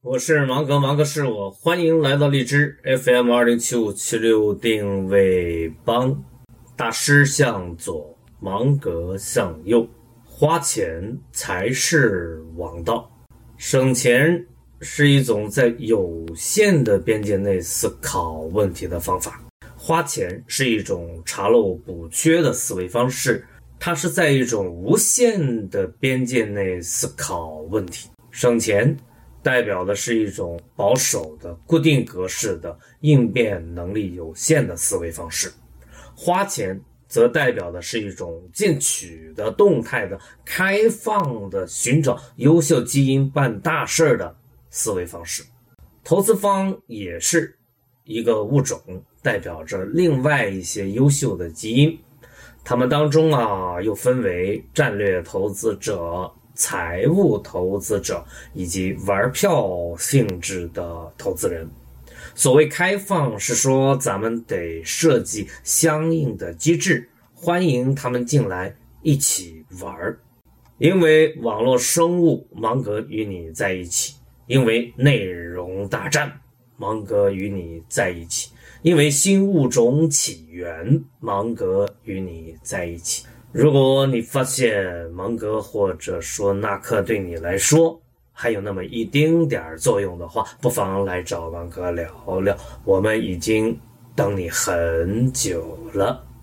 我是芒格，芒格是我，欢迎来到荔枝 FM207576定位帮。大师向左，芒格向右，花钱才是王道。省钱是一种在有限的边界内思考问题的方法，花钱是一种查漏补缺的思维方式，它是在一种无限的边界内思考问题。省钱代表的是一种保守的固定格式的应变能力有限的思维方式，花钱则代表的是一种进取的动态的开放的寻找优秀基因办大事的思维方式。投资方也是一个物种，代表着另外一些优秀的基因，他们当中又分为战略投资者、财务投资者以及玩票性质的投资人。所谓开放是说咱们得设计相应的机制，欢迎他们进来一起玩。因为网络生物，芒格与你在一起；因为内容大战，芒格与你在一起；因为新物种起源，芒格与你在一起。如果你发现芒格或者说纳克对你来说还有那么一丁点作用的话，不妨来找芒格聊聊，我们已经等你很久了。